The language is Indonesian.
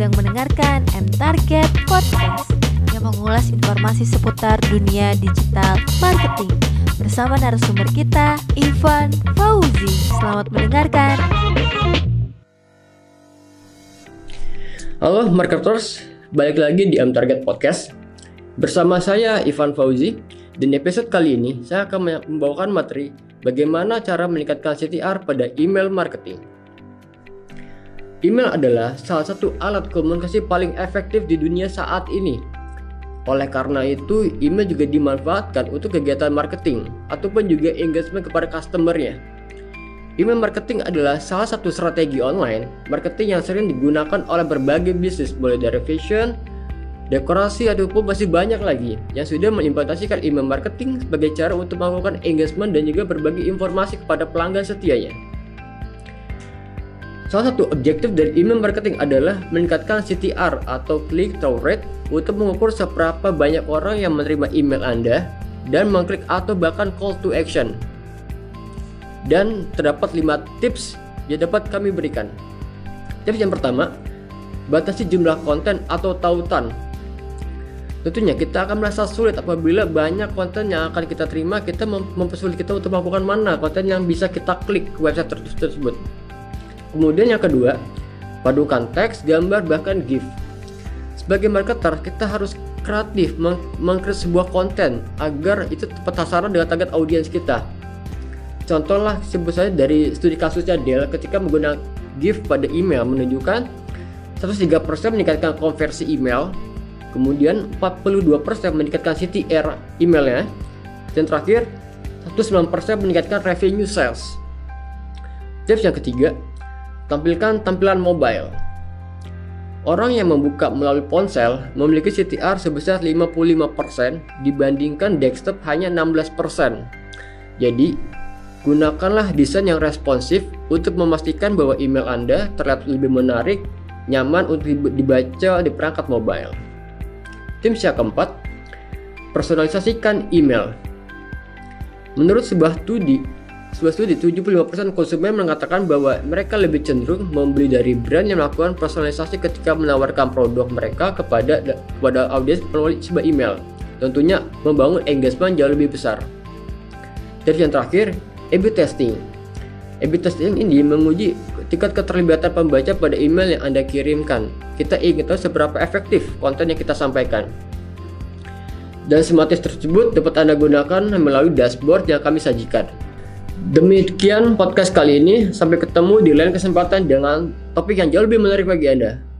sedang mendengarkan M-Target Podcast yang mengulas informasi seputar dunia digital marketing bersama narasumber kita, Ivan Fauzi. Selamat mendengarkan. Halo marketers, balik lagi di M-Target Podcast. Bersama saya Ivan Fauzi. Dan episode kali ini saya akan membawakan materi bagaimana cara meningkatkan CTR pada email marketing. Email adalah salah satu alat komunikasi paling efektif di dunia saat ini. Oleh karena itu, email juga dimanfaatkan untuk kegiatan marketing ataupun juga engagement kepada customer-nya. Email marketing adalah salah satu strategi online marketing yang sering digunakan oleh berbagai bisnis, mulai dari fashion, dekorasi, ataupun masih banyak lagi yang sudah mengimplementasikan email marketing sebagai cara untuk melakukan engagement dan juga berbagi informasi kepada pelanggan setianya. Salah satu objektif dari email marketing adalah meningkatkan CTR atau click-through rate untuk mengukur seberapa banyak orang yang menerima email Anda dan mengklik atau bahkan call to action. Dan terdapat 5 tips yang dapat kami berikan. Tips yang pertama, batasi jumlah konten atau tautan. Tentunya kita akan merasa sulit apabila banyak konten yang akan kita terima, kita mempersulit kita untuk melakukan mana konten yang bisa kita klik ke website tersebut. Kemudian yang kedua, padukan teks, gambar, bahkan GIF. Sebagai marketer, kita harus kreatif mengkreat sebuah konten agar itu tepat sasaran dengan target audiens kita. Contohlah sebut saja dari studi kasusnya Dell ketika menggunakan GIF pada email menunjukkan 103% meningkatkan konversi email, kemudian 42% meningkatkan CTR emailnya, dan terakhir 19% meningkatkan revenue sales. Tips yang ketiga, tampilkan tampilan mobile. Orang yang membuka melalui ponsel memiliki CTR sebesar 55% dibandingkan desktop hanya 16%. Jadi, gunakanlah desain yang responsif untuk memastikan bahwa email Anda terlihat lebih menarik, nyaman untuk dibaca di perangkat mobile. Tips yang keempat, personalisasikan email. Menurut sebuah studi 75% konsumen mengatakan bahwa mereka lebih cenderung membeli dari brand yang melakukan personalisasi ketika menawarkan produk mereka kepada audiens melalui sebuah email. Tentunya membangun engagement jauh lebih besar. Tips yang terakhir, A/B testing. A/B testing ini menguji tingkat keterlibatan pembaca pada email yang Anda kirimkan. Kita ingin tahu seberapa efektif konten yang kita sampaikan. Dan semua tips tersebut dapat Anda gunakan melalui dashboard yang kami sajikan. Demikian podcast kali ini, sampai ketemu di lain kesempatan dengan topik yang jauh lebih menarik bagi Anda.